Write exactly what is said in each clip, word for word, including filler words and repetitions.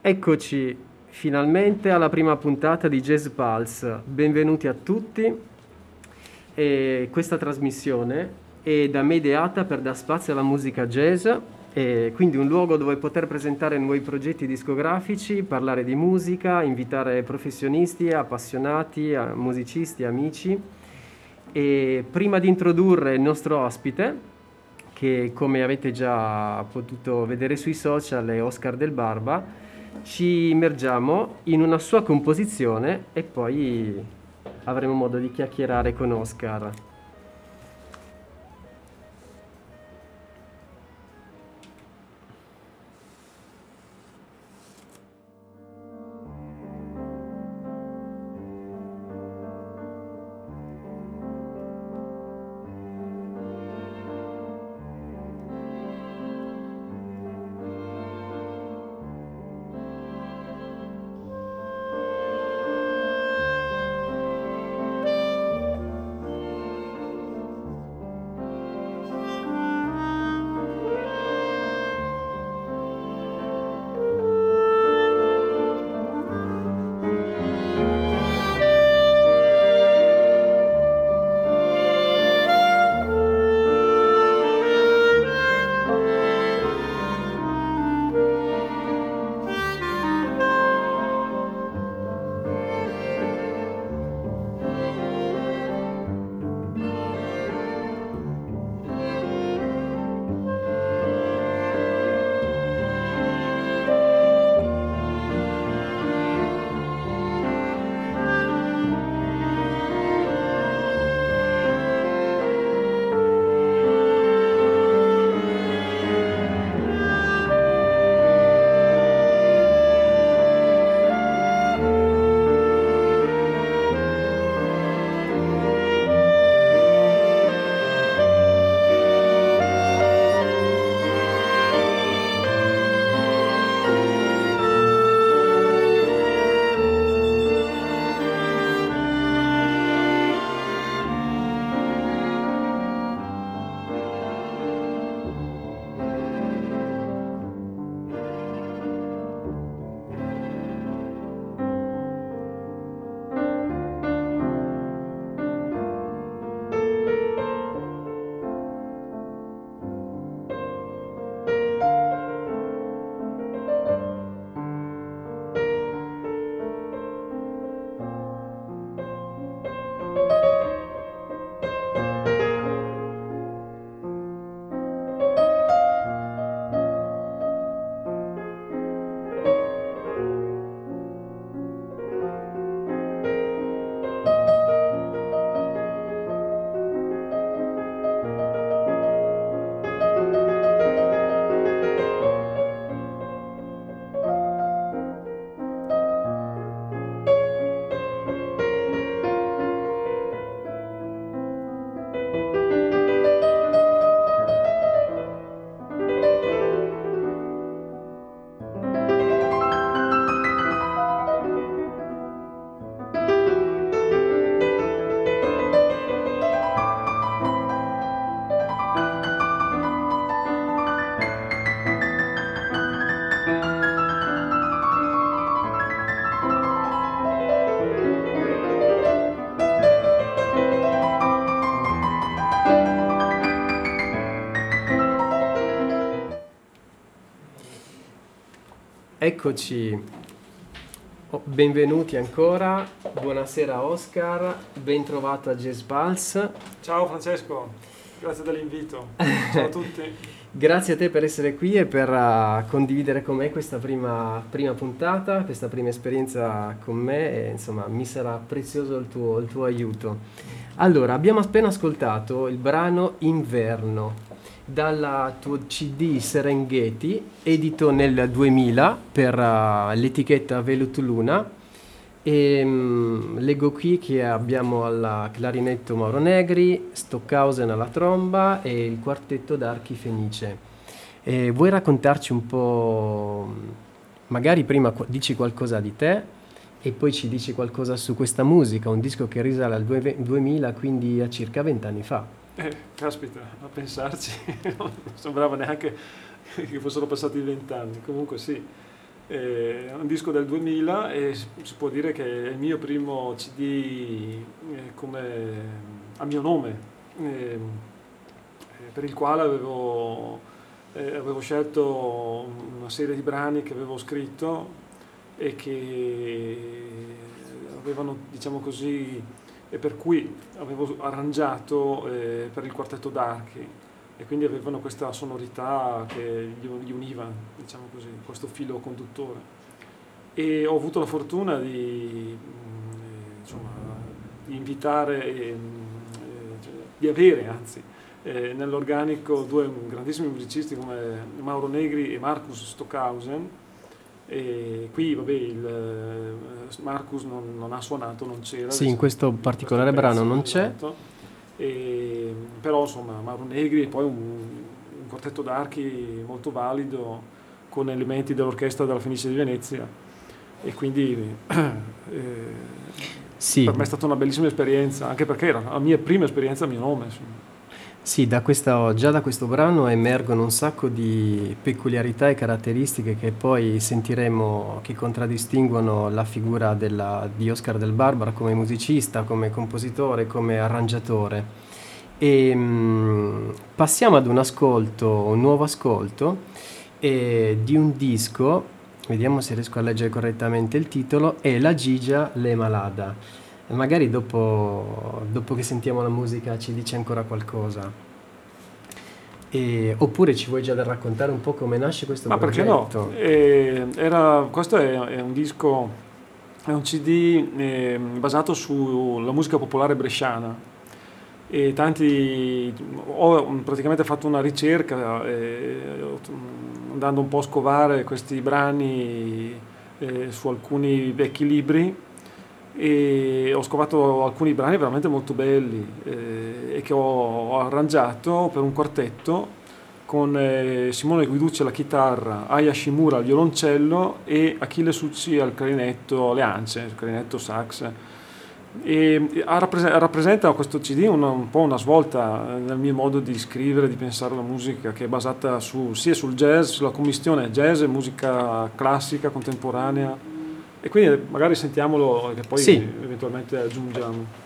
Eccoci finalmente alla prima puntata di Jazz Pulse. Benvenuti a tutti. E questa trasmissione è da me ideata per dar spazio alla musica jazz, e quindi un luogo dove poter presentare nuovi progetti discografici, parlare di musica, invitare professionisti, appassionati, a- musicisti, amici. E prima di introdurre il nostro ospite, che come avete già potuto vedere sui social è Oscar Del Barba, ci immergiamo in una sua composizione e poi avremo modo di chiacchierare con Oscar. Eccoci, oh, benvenuti ancora, buonasera Oscar, ben trovato a Jazz Pulse. Ciao Francesco, grazie dell'invito. Ciao a tutti. Grazie a te per essere qui e per uh, condividere con me questa prima, prima puntata, questa prima esperienza con me e insomma mi sarà prezioso il tuo, il tuo aiuto. Allora, abbiamo appena ascoltato il brano Inverno dal tuo C D Serengeti, edito nel duemila per uh, l'etichetta Velut Luna. E mm, leggo qui che abbiamo al clarinetto Mauro Negri, Stockhausen alla tromba e il quartetto d'archi Fenice. E vuoi raccontarci un po', magari prima qu- dici qualcosa di te e poi ci dici qualcosa su questa musica, un disco che risale al due- duemila, quindi a circa vent'anni fa. Eh, caspita, a pensarci, non sembrava neanche che fossero passati vent'anni. Comunque sì, È un disco del duemila e si può dire che è il mio primo C D eh, come, a mio nome, eh, per il quale avevo, eh, avevo scelto una serie di brani che avevo scritto e che avevano, diciamo così, e per cui avevo arrangiato eh, per il quartetto d'archi, e quindi avevano questa sonorità che gli, gli univa, diciamo così, questo filo conduttore. E ho avuto la fortuna di, mh, insomma, di invitare, eh, cioè, di avere anzi, eh, nell'organico due grandissimi musicisti come Mauro Negri e Marcus Stockhausen. E qui, vabbè, il, eh, Marcus non, non ha suonato, non c'era. Sì, in questo particolare questo brano pezzo, non c'è. esatto. E, però insomma Mauro Negri e poi un, un quartetto d'archi molto valido con elementi dell'orchestra della Fenice di Venezia, e quindi eh, Sì. per me è stata una bellissima esperienza, anche perché era la mia prima esperienza a mio nome, insomma. Sì, da questa, già da questo brano emergono un sacco di peculiarità e caratteristiche che poi sentiremo, che contraddistinguono la figura della, di Oscar Del Barbara come musicista, come compositore, come arrangiatore. E mh, passiamo ad un ascolto, un nuovo ascolto eh, di un disco, vediamo se riesco a leggere correttamente il titolo, è La Gigia Le Malada. Magari dopo, dopo che sentiamo la musica ci dice ancora qualcosa. E, oppure ci vuoi già raccontare un po' come nasce questo Ma perché no? progetto? Eh, era, questo è, è un disco, è un C D eh, basato sulla musica popolare bresciana, e tanti, ho praticamente fatto una ricerca eh, andando un po' a scovare questi brani eh, su alcuni vecchi libri, e ho scovato alcuni brani veramente molto belli eh, e che ho, ho arrangiato per un quartetto con eh, Simone Guiducci alla chitarra, Aya Shimura al violoncello e Achille Succi al clarinetto, le ance, il clarinetto sax. E rappresenta questo C D una, un po' una svolta nel mio modo di scrivere, di pensare la musica, che è basata su, sia sul jazz, sulla commistione jazz e musica classica, contemporanea. E quindi magari sentiamolo e poi Sì. eventualmente aggiungiamo.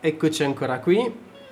eccoci ancora qui,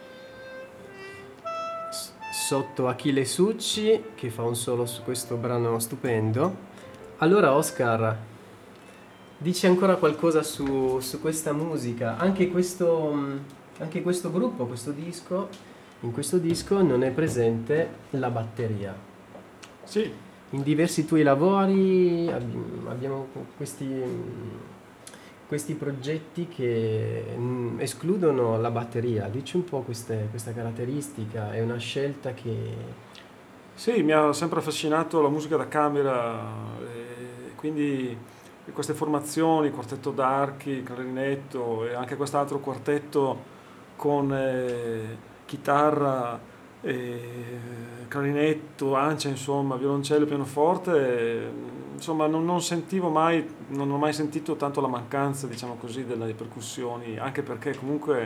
s- sotto Achille Succi, che fa un solo su questo brano stupendo. Allora, Oscar, dici ancora qualcosa su, su questa musica? Anche questo, mh, anche questo gruppo, questo disco, in questo disco non è presente la batteria. Sì, In diversi tuoi lavori abbi- abbiamo questi, questi progetti che mm, escludono la batteria. Dici un po' queste- questa caratteristica, è una scelta che... sì, mi ha sempre affascinato la musica da camera, e quindi queste formazioni, quartetto d'archi, clarinetto e anche quest'altro quartetto con eh, chitarra, eh, clarinetto, ancia, insomma, violoncello, pianoforte, eh, insomma non, non sentivo mai, non ho mai sentito tanto la mancanza, diciamo così, delle percussioni, anche perché comunque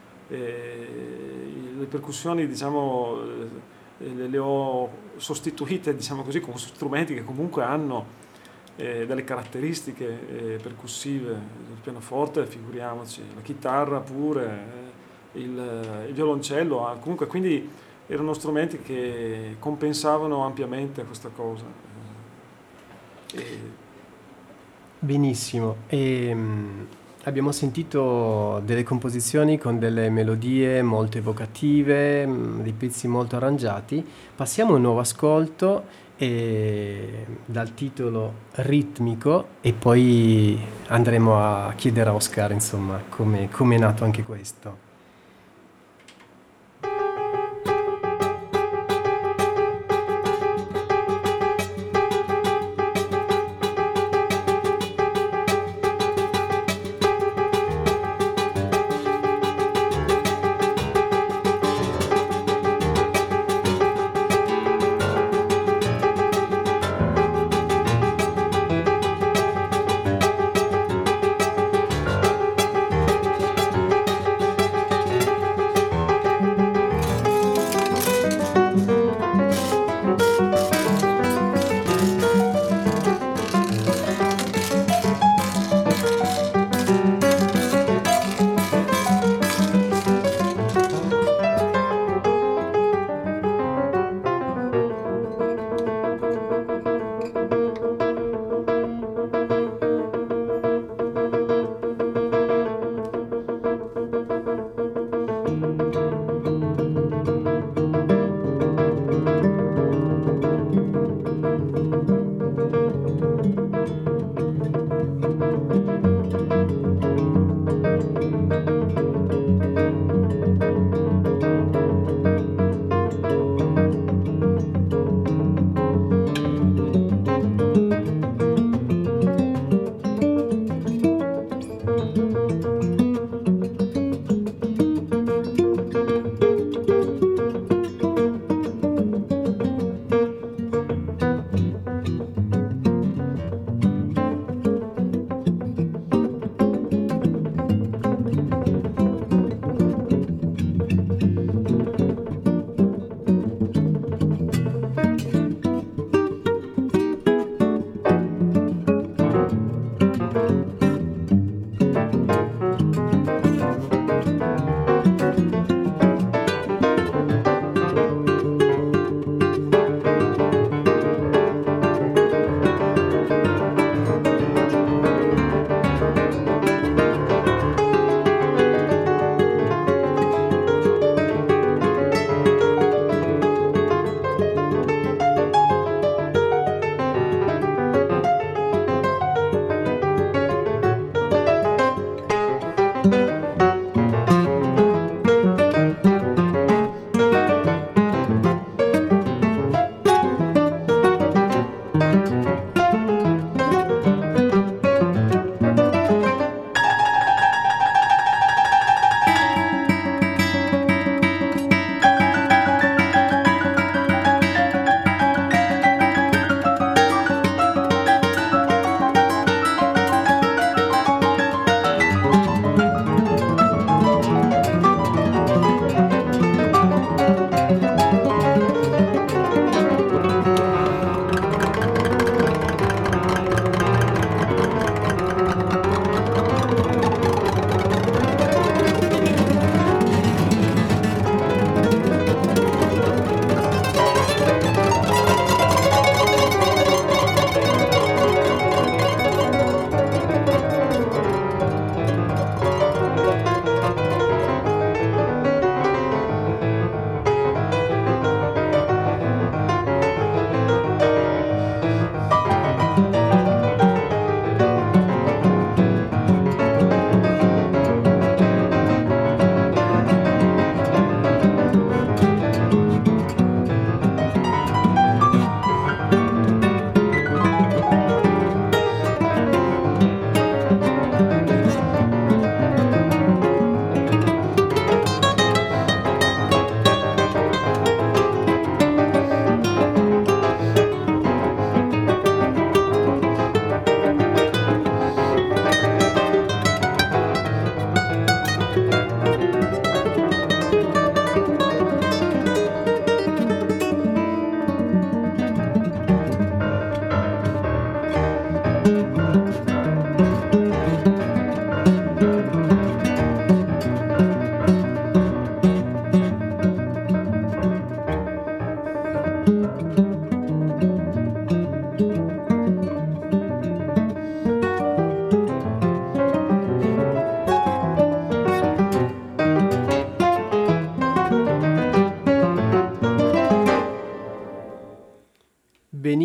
eh, le percussioni, diciamo, eh, le, le ho sostituite, diciamo così, con strumenti che comunque hanno eh, delle caratteristiche eh, percussive, il pianoforte, figuriamoci, la chitarra pure, eh, il, il violoncello, ah, comunque quindi erano strumenti che compensavano ampiamente questa cosa. Eh, e- Benissimo. E, mm, abbiamo sentito delle composizioni con delle melodie molto evocative, mm, dei pezzi molto arrangiati. Passiamo a un nuovo ascolto e- dal titolo ritmico e poi andremo a chiedere a Oscar, insomma, come come è nato anche questo.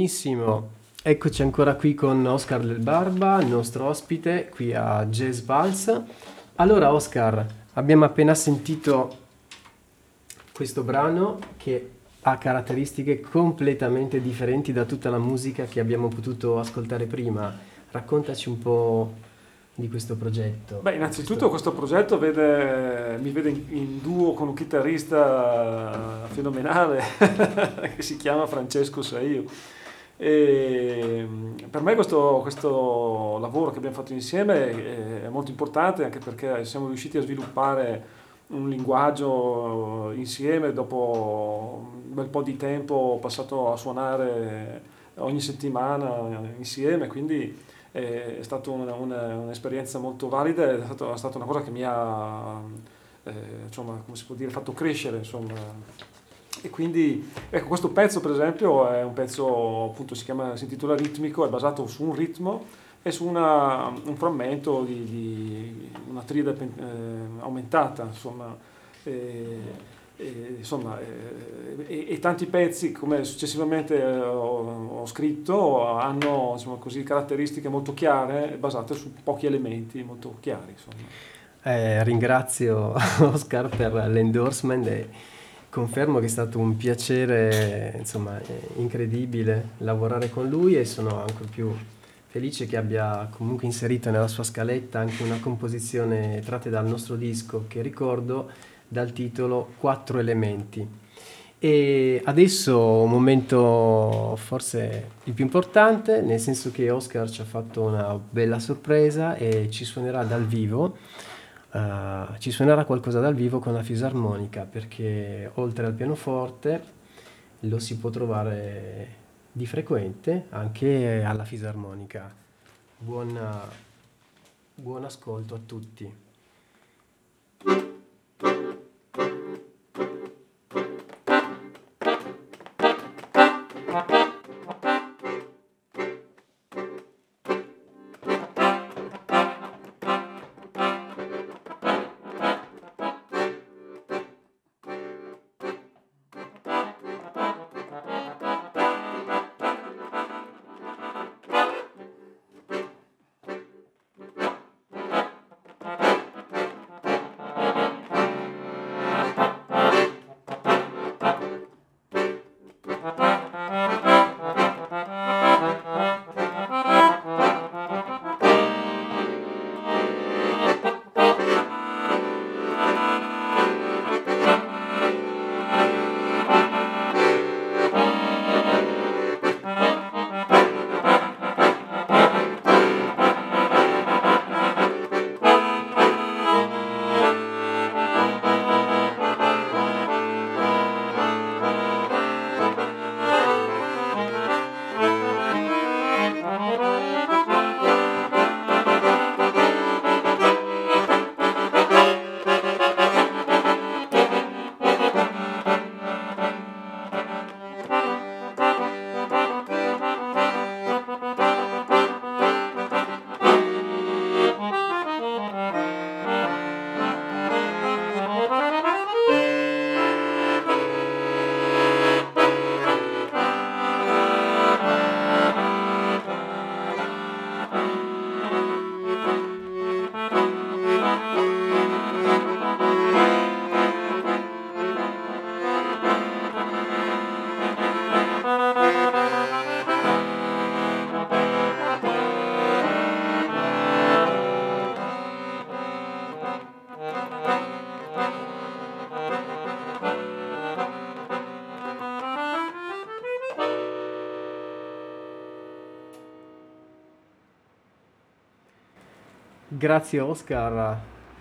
Benissimo, eccoci ancora qui con Oscar Del Barba, il nostro ospite qui a Jazz Pulse. Allora Oscar, abbiamo appena sentito questo brano che ha caratteristiche completamente differenti da tutta la musica che abbiamo potuto ascoltare prima. Raccontaci un po' di questo progetto. Beh, innanzitutto questo progetto vede, mi vede in, in duo con un chitarrista fenomenale che si chiama Francesco Saio. E per me questo, questo lavoro che abbiamo fatto insieme è molto importante, anche perché siamo riusciti a sviluppare un linguaggio insieme dopo un bel po' di tempo passato a suonare ogni settimana insieme, quindi è stata una, una, un'esperienza molto valida, è stata, è stata una cosa che mi ha, eh, insomma, come si può dire, fatto crescere, insomma. E quindi, ecco, questo pezzo per esempio è un pezzo, appunto, si chiama, si intitola Ritmico, è basato su un ritmo e su una, un frammento di, di una triade eh, aumentata, insomma. E, e, insomma, e, e tanti pezzi, come successivamente ho, ho scritto, hanno, insomma, così, caratteristiche molto chiare, basate su pochi elementi molto chiari, insomma. Eh, ringrazio Oscar per l'endorsement e confermo che è stato un piacere, insomma, incredibile lavorare con lui, e sono ancora più felice che abbia comunque inserito nella sua scaletta anche una composizione tratta dal nostro disco, che ricordo dal titolo Quattro Elementi. E adesso un momento forse il più importante, nel senso che Oscar ci ha fatto una bella sorpresa e ci suonerà dal vivo. Uh, ci suonerà qualcosa dal vivo con la fisarmonica, perché oltre al pianoforte lo si può trovare di frequente anche alla fisarmonica. Buon, buon ascolto a tutti. Grazie Oscar.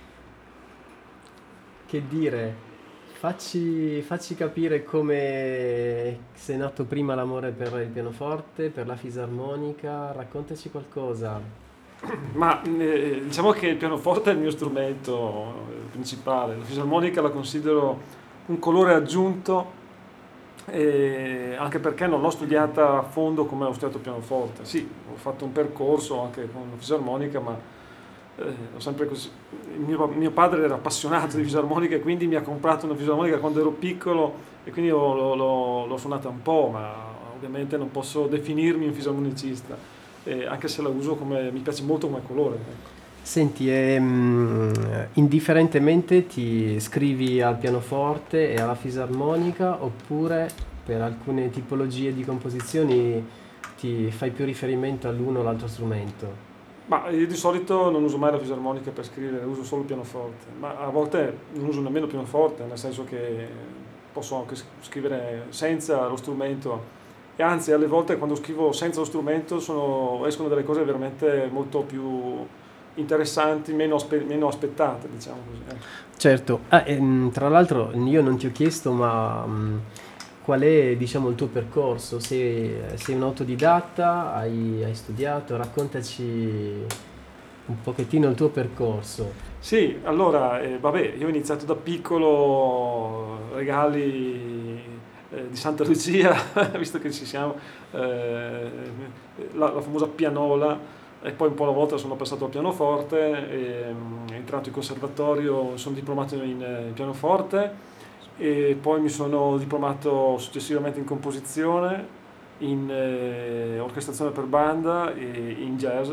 Che dire, facci, facci capire come sei nato prima l'amore per il pianoforte, per la fisarmonica, raccontaci qualcosa. Ma eh, diciamo che il pianoforte è il mio strumento eh, principale, la fisarmonica la considero un colore aggiunto, eh, anche perché non l'ho studiata a fondo come ho studiato il pianoforte. Sì, ho fatto un percorso anche con la fisarmonica, ma eh, ho sempre così. Il mio, mio padre era appassionato di fisarmonica e quindi mi ha comprato una fisarmonica quando ero piccolo e quindi l'ho, l'ho- l'ho suonata un po', ma ovviamente non posso definirmi un fisarmonicista, eh, anche se la uso come, mi piace molto come colore. Ecco. Senti, ehm, indifferentemente ti scrivi al pianoforte e alla fisarmonica, oppure per alcune tipologie di composizioni ti fai più riferimento all'uno o all'altro strumento? Ma io di solito non uso mai la fisarmonica per scrivere, uso solo il pianoforte, ma a volte non uso nemmeno il pianoforte, nel senso che posso anche scrivere senza lo strumento, e anzi alle volte quando scrivo senza lo strumento sono, escono delle cose veramente molto più interessanti, meno, aspe- meno aspettate, diciamo così. Certo. Ah, ehm, tra l'altro io non ti ho chiesto, ma mh, qual è, diciamo, il tuo percorso? Sei, sei un autodidatta? Hai, hai studiato? Raccontaci un pochettino il tuo percorso. Sì, allora, eh, vabbè, io ho iniziato da piccolo, regali eh, di Santa Lucia, visto che ci siamo, eh, la, la famosa pianola, e poi un po' alla volta sono passato al pianoforte, e, mm, entrato in conservatorio, sono diplomato in, eh, in pianoforte, e poi mi sono diplomato successivamente in composizione, in eh, orchestrazione per banda e in jazz.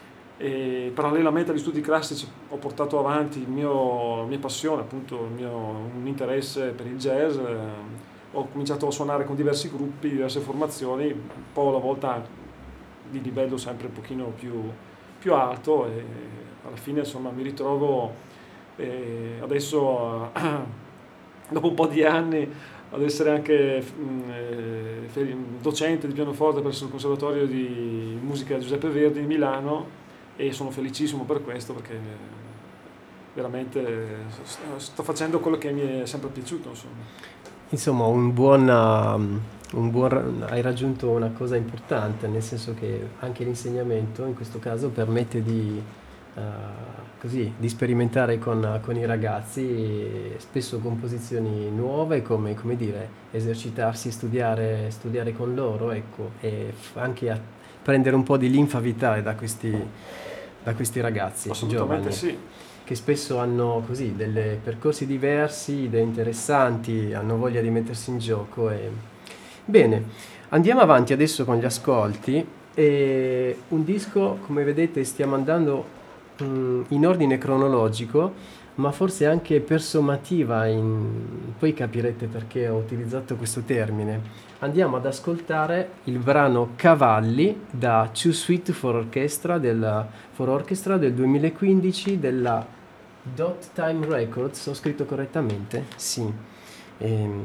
E parallelamente agli studi classici ho portato avanti il mio, la mia passione, appunto il mio, un interesse per il jazz. eh, Ho cominciato a suonare con diversi gruppi, diverse formazioni, un po' alla volta di livello sempre un pochino più, più alto, e alla fine insomma mi ritrovo eh, adesso, dopo un po' di anni, ad essere anche mh, eh, fe- docente di pianoforte presso il Conservatorio di Musica Giuseppe Verdi di Milano, e sono felicissimo per questo, perché eh, veramente eh, sto sto facendo quello che mi è sempre piaciuto, insomma. Insomma, un buon, um, un buon, hai raggiunto una cosa importante, nel senso che anche l'insegnamento in questo caso permette di, uh, così, di sperimentare con, con i ragazzi, spesso composizioni nuove, come, come dire, esercitarsi, studiare, studiare con loro, ecco, e f- anche a prendere un po' di linfa vitale da questi, da questi ragazzi Assolutamente giovani, sì. che spesso hanno così dei percorsi diversi, idee interessanti, hanno voglia di mettersi in gioco. E... Bene, andiamo avanti adesso con gli ascolti. E un disco, come vedete, stiamo andando mm, in ordine cronologico, ma forse anche persomativa, in... poi capirete perché ho utilizzato questo termine. Andiamo ad ascoltare il brano Cavalli da Too Sweet for Orchestra del, for Orchestra del duemilaquindici della Dot Time Records. Ho scritto correttamente? Sì. Ehm,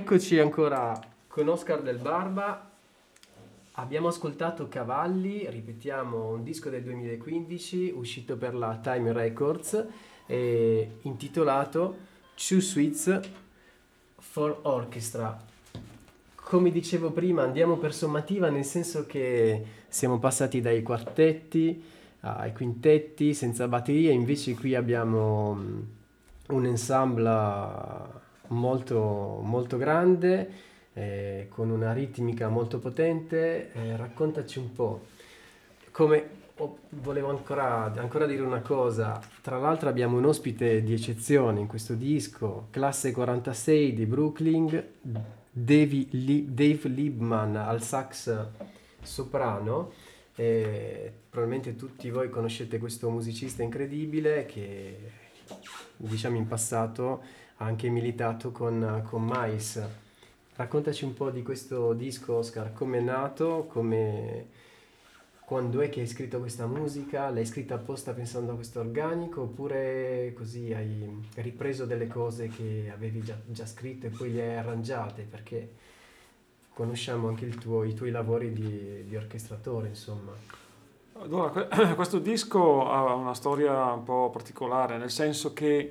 Eccoci ancora con Oscar Del Barba. Abbiamo ascoltato Cavalli, ripetiamo, un disco del duemilaquindici uscito per la Time Records, eh, intitolato Two Suites for Orchestra. Come dicevo prima, andiamo per sommativa, nel senso che siamo passati dai quartetti ai quintetti senza batteria, invece qui abbiamo un ensemble molto, molto grande, eh, con una ritmica molto potente. Eh, raccontaci un po'. Come oh, volevo ancora, ancora dire una cosa, tra l'altro abbiamo un ospite di eccezione in questo disco, classe quarantasei di Brooklyn, Dave, Li- Dave Liebman al sax soprano. Eh, probabilmente tutti voi conoscete questo musicista incredibile che, diciamo, in passato ha anche militato con, con Miles. Raccontaci un po' di questo disco, Oscar, come è nato, come, quando è che hai scritto questa musica, l'hai scritta apposta pensando a questo organico oppure così hai ripreso delle cose che avevi già, già scritto e poi le hai arrangiate, perché conosciamo anche il tuo, i tuoi lavori di, di orchestratore, insomma. Allora, questo disco ha una storia un po' particolare, nel senso che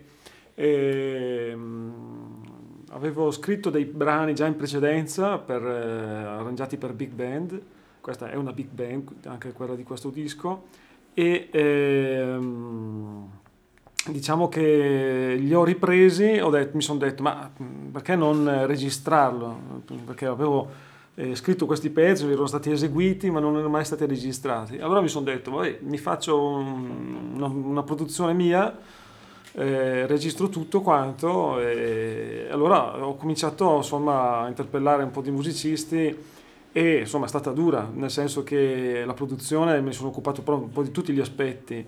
ehm, avevo scritto dei brani già in precedenza, per, eh, arrangiati per big band. Questa è una big band, anche quella di questo disco, e ehm, diciamo che li ho ripresi, ho detto, mi sono detto, ma perché non registrarlo? Perché avevo eh, scritto questi pezzi, erano stati eseguiti, ma non erano mai stati registrati. Allora mi sono detto, vabbè, mi faccio un- una, una produzione mia, eh, registro tutto quanto, e allora ho cominciato, insomma, a interpellare un po' di musicisti. E insomma è stata dura, nel senso che la produzione mi sono occupato proprio un po' di tutti gli aspetti,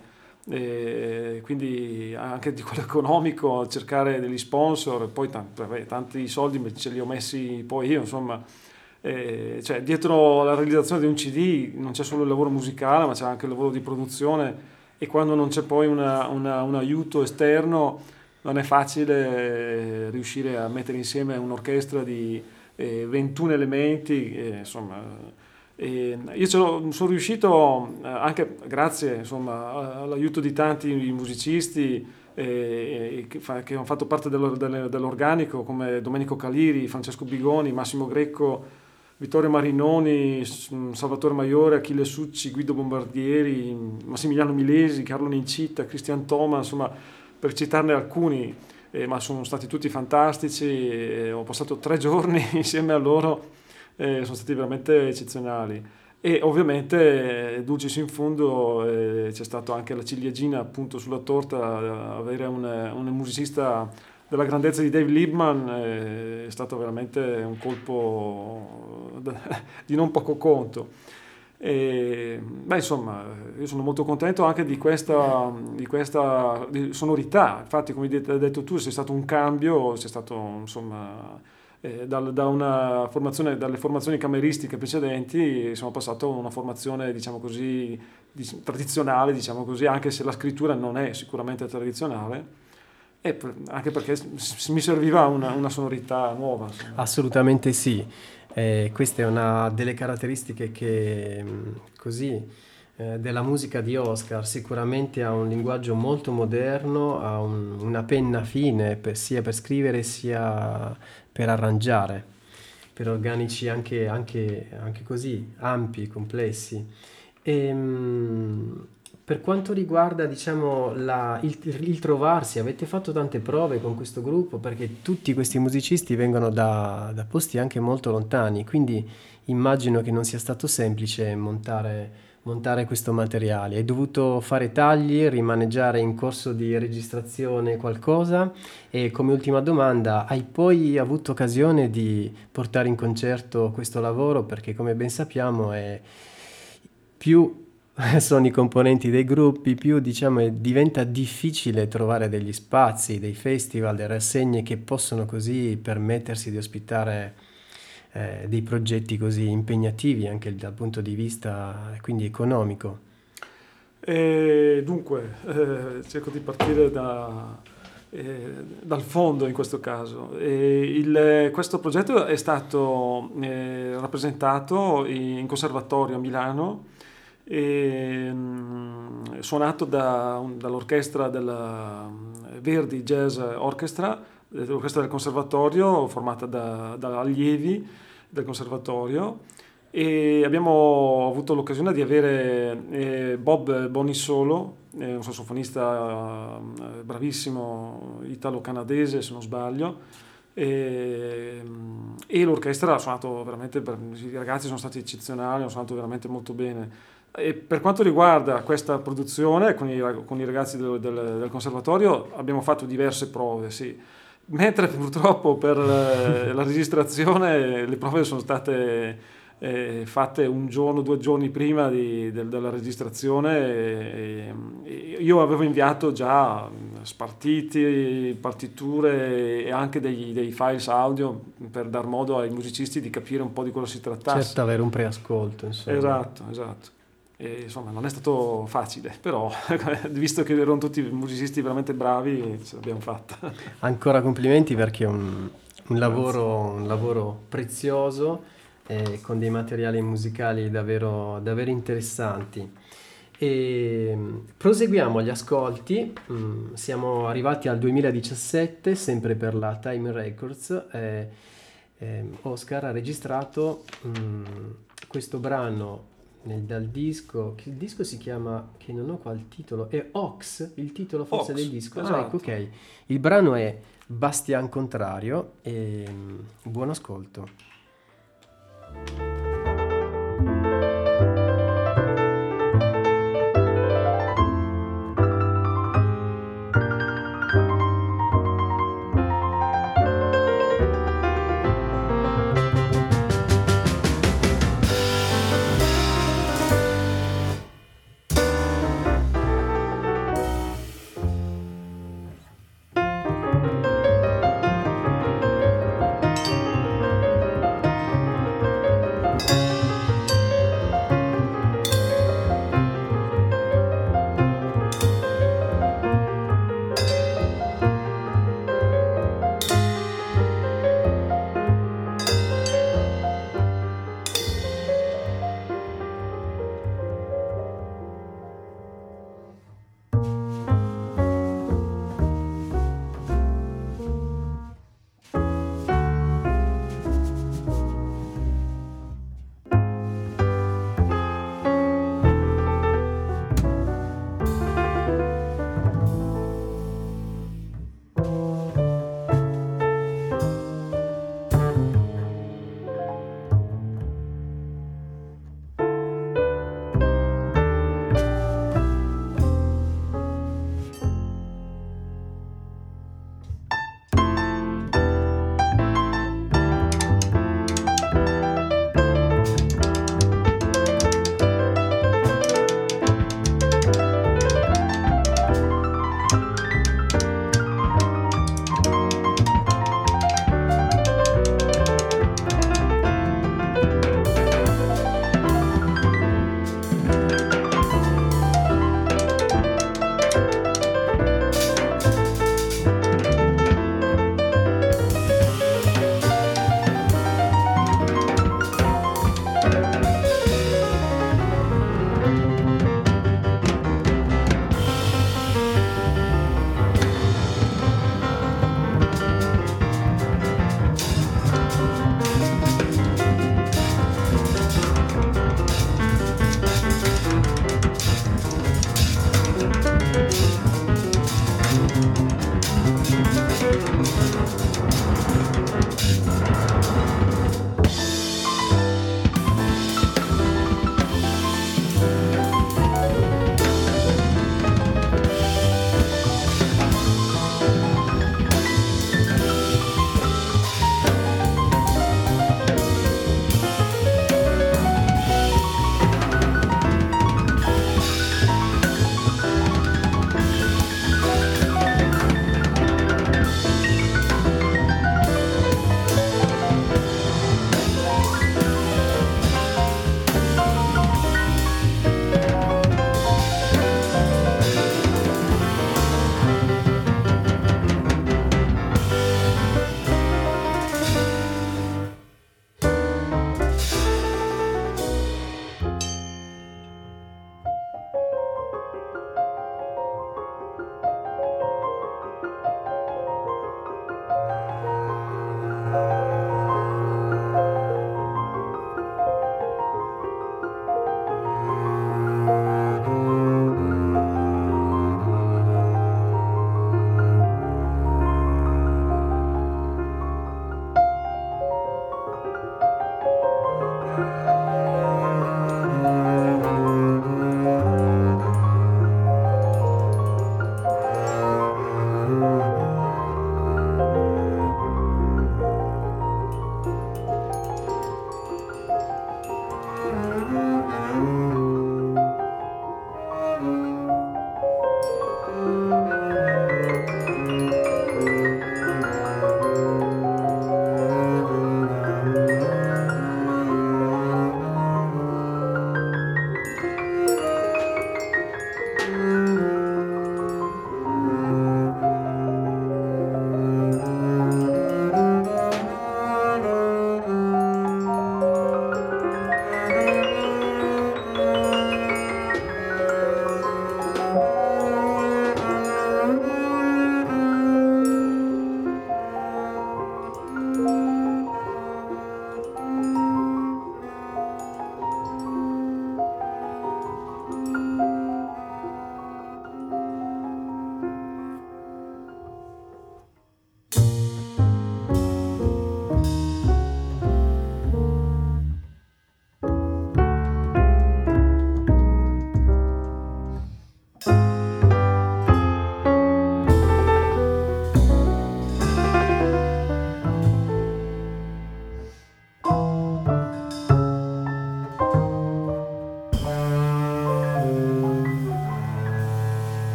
e quindi anche di quello economico, cercare degli sponsor, poi tanti, vabbè, tanti soldi ce li ho messi poi io, insomma. E, cioè, dietro la realizzazione di un C D non c'è solo il lavoro musicale, ma c'è anche il lavoro di produzione, e quando non c'è poi una- una- un aiuto esterno non è facile riuscire a mettere insieme un'orchestra di eh, ventuno elementi, eh, insomma. E io ce l'ho- sono riuscito eh, anche grazie, insomma, all'aiuto di tanti musicisti eh, che, fa- che hanno fatto parte dello- delle- dell'organico, come Domenico Caliri, Francesco Bigoni, Massimo Greco, Vittorio Marinoni, S- Salvatore Maiore, Achille Succi, Guido Bombardieri, Massimiliano Milesi, Carlo Nincita, Cristian Toma, insomma, per citarne alcuni. Eh, ma sono stati tutti fantastici, eh, ho passato tre giorni insieme a loro, eh, sono stati veramente eccezionali. E ovviamente, eh, dulcis in fondo, eh, c'è stata anche la ciliegina appunto sulla torta, eh, avere un, un musicista della grandezza di Dave Liebman, eh, è stato veramente un colpo di non poco conto. E, beh, insomma, io sono molto contento anche di questa, di questa di sonorità. Infatti, come hai detto tu, c'è stato un cambio, c'è stato, insomma, eh, dal- da una formazione, dalle formazioni cameristiche precedenti, siamo passati a una formazione, diciamo così, di- tradizionale, diciamo così, anche se la scrittura non è sicuramente tradizionale, e per- anche perché s- s- mi serviva una, una sonorità nuova, insomma. Assolutamente sì. Eh, questa è una delle caratteristiche che mh, così eh, della musica di Oscar. Sicuramente ha un linguaggio molto moderno, ha un- una penna fine per- sia per scrivere sia per arrangiare, per organici anche, anche- anche così ampi, complessi. Ehm, per quanto riguarda, diciamo, la- il, il trovarsi, avete fatto tante prove con questo gruppo perché tutti questi musicisti vengono da, da posti anche molto lontani, quindi immagino che non sia stato semplice montare, montare questo materiale. Hai dovuto fare tagli, rimaneggiare in corso di registrazione qualcosa e come ultima domanda, hai poi avuto occasione di portare in concerto questo lavoro perché come ben sappiamo è più sono i componenti dei gruppi, più diciamo è- diventa difficile trovare degli spazi, dei festival, delle rassegne che possono così permettersi di ospitare eh, dei progetti così impegnativi anche dal punto di vista quindi economico. E dunque, eh, cerco di partire da, eh, dal fondo in questo caso. E il, questo progetto è stato eh, rappresentato in conservatorio a Milano, e, mh, suonato da, dall'orchestra della Verdi Jazz Orchestra, l'orchestra del conservatorio, formata da, da allievi del conservatorio, e abbiamo avuto l'occasione di avere eh, Bob Bonisolo, eh, un sassofonista eh, bravissimo, italo-canadese se non sbaglio, e, e l'orchestra ha suonato veramente, i ragazzi sono stati eccezionali, hanno suonato veramente molto bene. E per quanto riguarda questa produzione con i, con i ragazzi del, del, del conservatorio abbiamo fatto diverse prove, sì. Mentre purtroppo per la registrazione le prove sono state eh, fatte un giorno, due giorni prima di, del, della registrazione, e, e io avevo inviato già spartiti, partiture e anche dei, dei files audio per dar modo ai musicisti di capire un po' di cosa si trattasse. Certo, avere un preascolto, insomma. Esatto, esatto. E, insomma, non è stato facile, però visto che erano tutti musicisti veramente bravi, ce l'abbiamo fatta. Ancora complimenti, perché è un, un, lavoro, un lavoro prezioso, eh, con dei materiali musicali davvero, davvero interessanti. E proseguiamo gli ascolti. Mm, siamo arrivati al duemiladiciassette, sempre per la Time Records. Eh, eh, Oscar ha registrato mm, questo brano nel, dal disco, che il disco si chiama, che non ho qua il titolo, è Ox, il titolo forse Ox, del disco. esatto. Ah, ecco, ok. Il brano è Bastian Contrario, e mm, buon ascolto.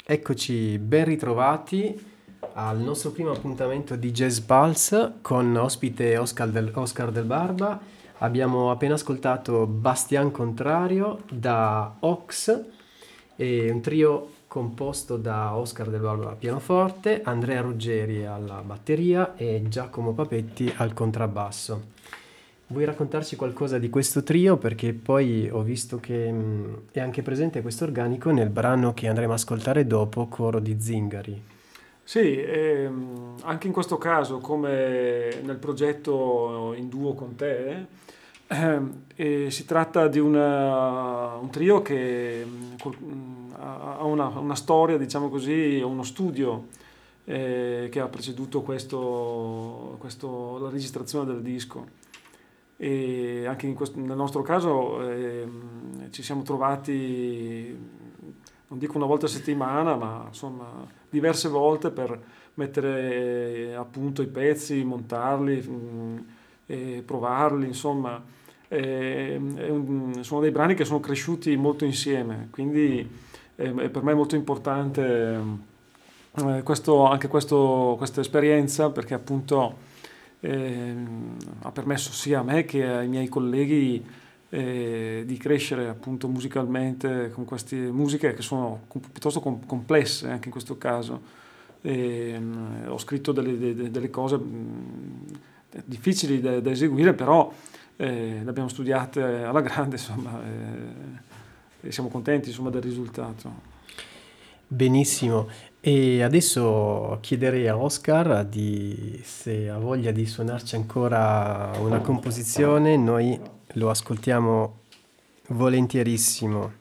Eccoci, ben ritrovati al nostro primo appuntamento di Jazz Pulse con ospite Oscar del, Oscar del Barba. Abbiamo appena ascoltato Bastian Contrario da Ox, e un trio composto da Oscar del Barba al pianoforte, Andrea Ruggeri alla batteria e Giacomo Papetti al contrabbasso. Vuoi raccontarci qualcosa di questo trio? Perché poi ho visto che mh, è anche presente questo organico nel brano che andremo a ascoltare dopo, Coro di Zingari. Sì, ehm, anche in questo caso, come nel progetto in duo con te, ehm, eh, si tratta di una- un trio che mm, col- mm, ha ha una, una storia, diciamo così, uno studio eh, che ha preceduto questo, questo- la registrazione del disco. E anche in questo- nel nostro caso ehm, ci siamo trovati, non dico una volta a settimana, ma insomma diverse volte per mettere a punto i pezzi, montarli, mh, e provarli, insomma. E- è un- sono dei brani che sono cresciuti molto insieme, quindi è, è per me molto importante eh, questo- anche questo- questa esperienza perché appunto ehm, ha permesso sia a me che ai miei colleghi eh, di crescere appunto musicalmente con queste musiche che sono com- piuttosto com- complesse anche in questo caso. Ehm, ho scritto delle, de- delle cose mh, difficili da, da eseguire, però eh, le abbiamo studiate alla grande, insomma, eh, e siamo contenti insomma, del risultato. Benissimo, e adesso chiederei a Oscar di, se ha voglia di suonarci ancora una composizione, noi lo ascoltiamo volentierissimo.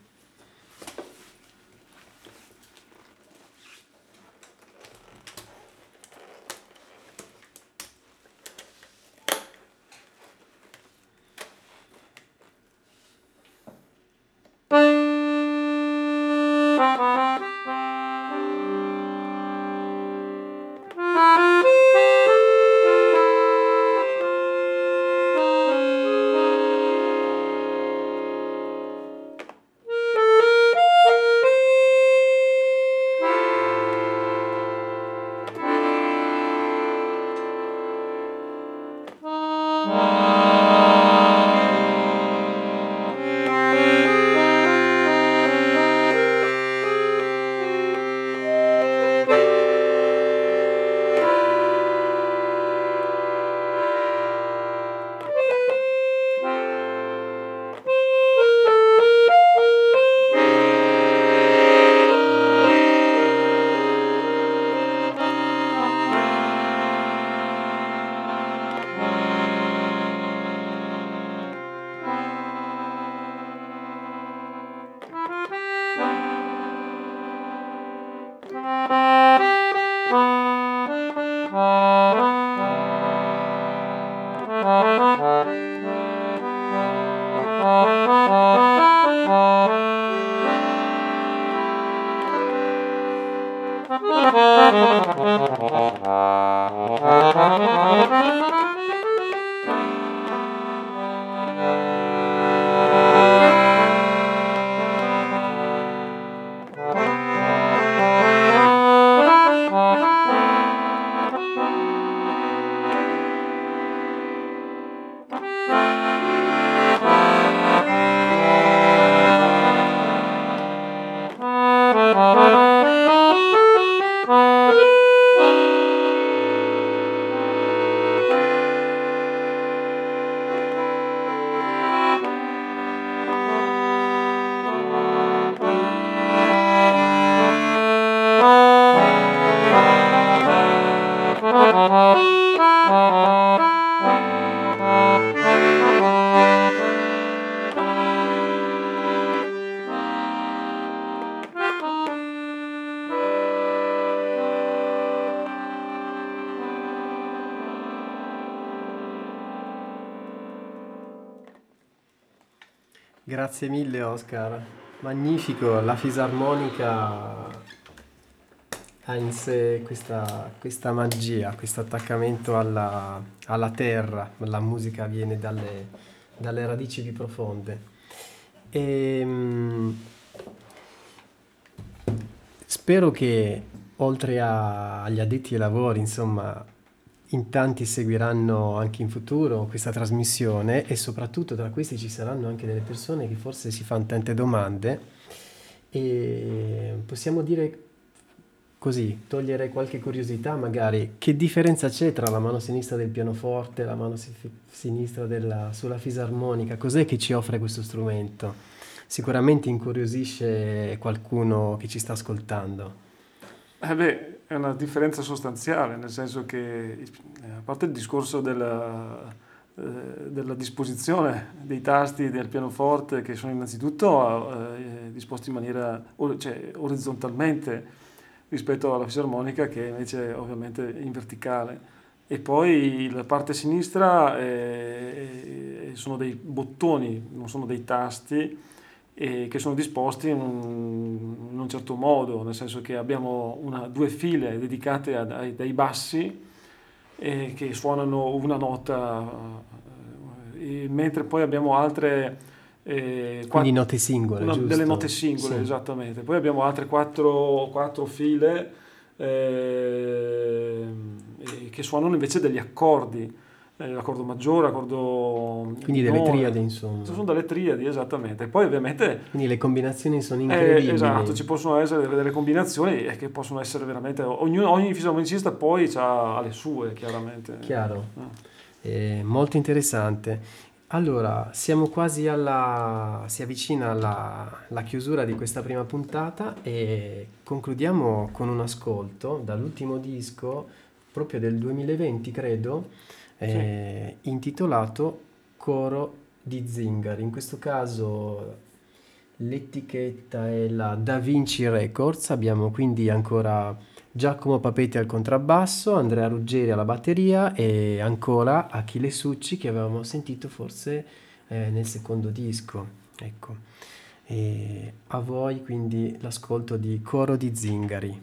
Grazie mille Oscar, magnifico, la fisarmonica ha in sé questa, questa magia, questo attaccamento alla, alla terra, la musica viene dalle, dalle radici più profonde. E, Spero che oltre a- agli addetti ai lavori, insomma, in tanti seguiranno anche in futuro questa trasmissione e soprattutto tra questi ci saranno anche delle persone che forse si fanno tante domande e possiamo dire così, togliere qualche curiosità magari, che differenza c'è tra la mano sinistra del pianoforte e la mano si- sinistra della, sulla fisarmonica? Cos'è che ci offre questo strumento? Sicuramente incuriosisce qualcuno che ci sta ascoltando. Eh beh, è una differenza sostanziale, nel senso che, eh, a parte il discorso della, eh, della disposizione dei tasti del pianoforte, che sono innanzitutto eh, disposti in maniera, or- cioè, orizzontalmente rispetto alla fisarmonica, che invece è ovviamente in verticale. E poi la parte sinistra eh, sono dei bottoni, non sono dei tasti, e che sono disposti in un, in un certo modo, nel senso che abbiamo una- due file dedicate a- ai, dai bassi eh, che suonano una nota, eh, e mentre poi abbiamo altre eh, Quindi quatt- note singole, una- delle note giusto? singole, Sì. esattamente. Poi abbiamo altre quattro, quattro file eh, eh, che suonano invece degli accordi, eh, l'accordo maggiore, l'accordo Quindi delle triadi, minore. insomma. Sono dalle triadi, esattamente. Poi ovviamente, Quindi le combinazioni sono eh, esatto, incredibili. ci possono essere delle, delle combinazioni eh, che possono essere veramente... Ognuno, ogni fisarmonicista poi ha le sue, chiaramente. Chiaro. Eh. Eh, molto interessante. Allora, siamo quasi alla... si avvicina alla, alla chiusura di questa prima puntata e concludiamo con un ascolto dall'ultimo disco, proprio del duemilaventi, credo, Sì. eh, intitolato Coro di Zingari. In questo caso l'etichetta è la Da Vinci Records, abbiamo quindi ancora Giacomo Papetti al contrabbasso, Andrea Ruggeri alla batteria e ancora Achille Succi che avevamo sentito forse eh, nel secondo disco. Ecco. E a voi quindi l'ascolto di Coro di Zingari.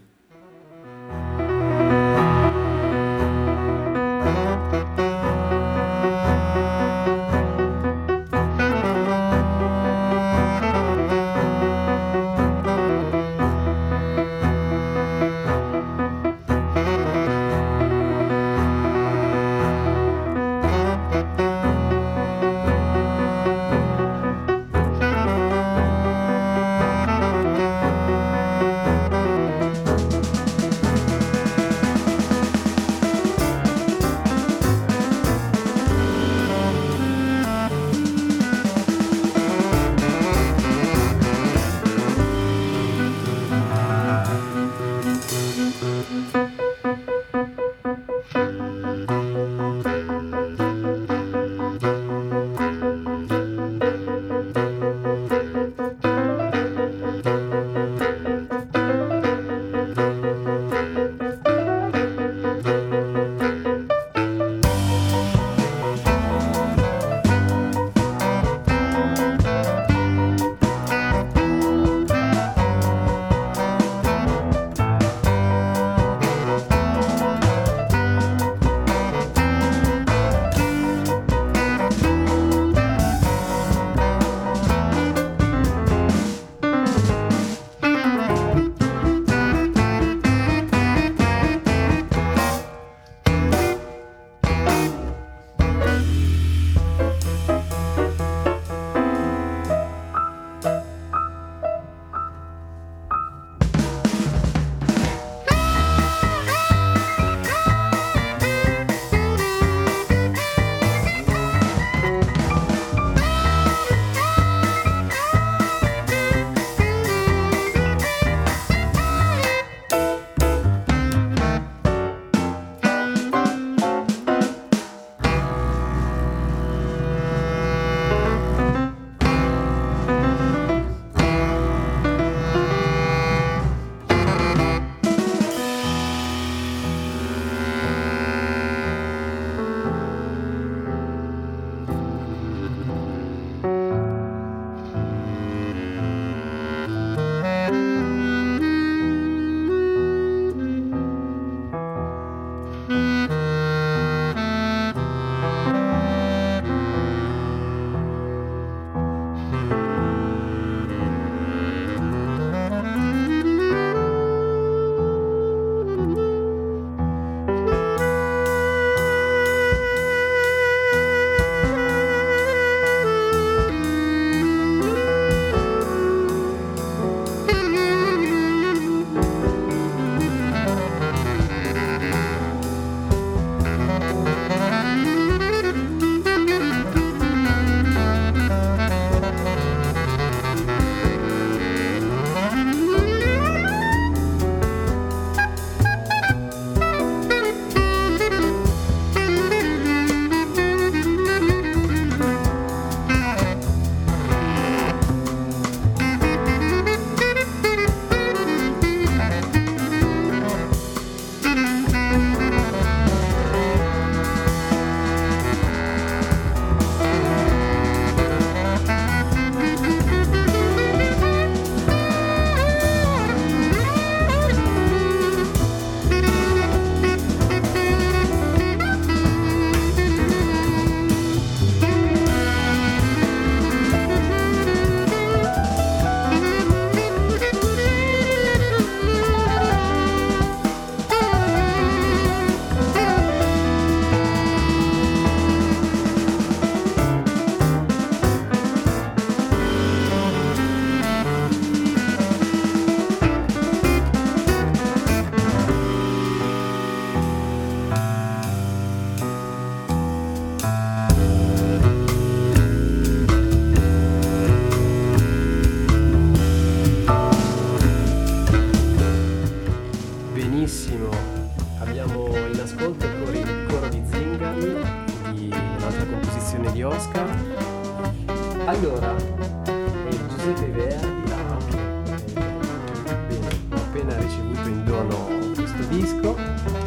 benissimo, abbiamo in ascolto il coro, il coro di Zingari di un'altra composizione di Oscar. Allora, eh, Giuseppe Verdi, ah, ok, eh, bene, ho appena ricevuto in dono questo disco.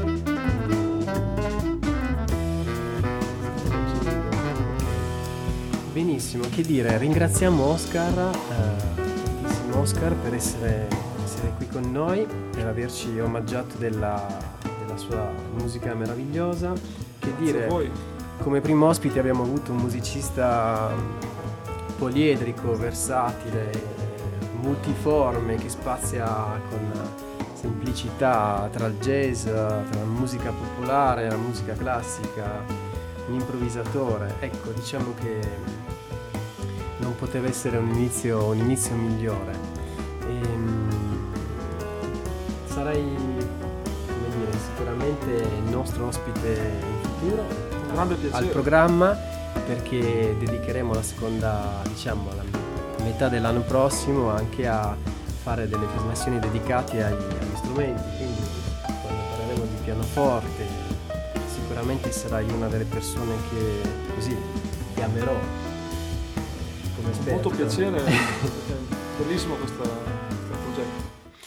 Benissimo, che dire, ringraziamo Oscar, eh, tantissimo Oscar per essere, essere qui con noi, per averci omaggiato della, della sua musica meravigliosa. Che dire, come primo ospite abbiamo avuto un musicista poliedrico, versatile, multiforme, che spazia con semplicità tra il jazz, tra la musica popolare, la musica classica, un improvvisatore. Ecco, diciamo che non poteva essere un inizio, un inizio migliore. E, sarai, come dire, sicuramente il nostro ospite in futuro, un grande piacere, al programma, perché dedicheremo la seconda, diciamo, la metà dell'anno prossimo anche a fare delle trasmissioni dedicate agli, agli strumenti, quindi quando parleremo di pianoforte sicuramente sarai una delle persone che così chiamerò come esperto. Molto piacere, è bellissimo questo, questo progetto.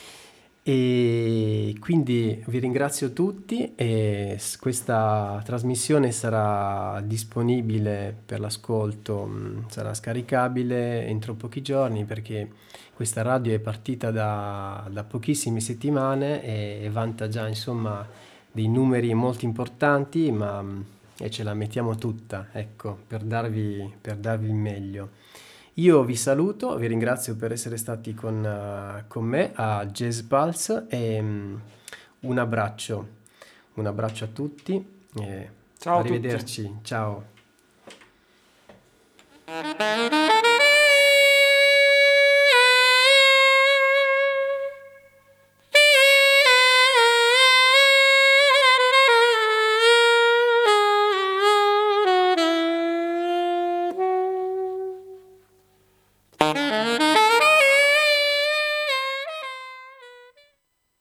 E quindi vi ringrazio tutti e questa trasmissione sarà disponibile per l'ascolto, sarà scaricabile entro pochi giorni, perché questa radio è partita da, da pochissime settimane e vanta già, insomma, dei numeri molto importanti, ma e ce la mettiamo tutta, ecco, per darvi, per darvi il meglio. Io vi saluto, vi ringrazio per essere stati con, uh, con me a Jazz Pulse e um, un abbraccio, un abbraccio a tutti e ciao, arrivederci, tutti. Ciao.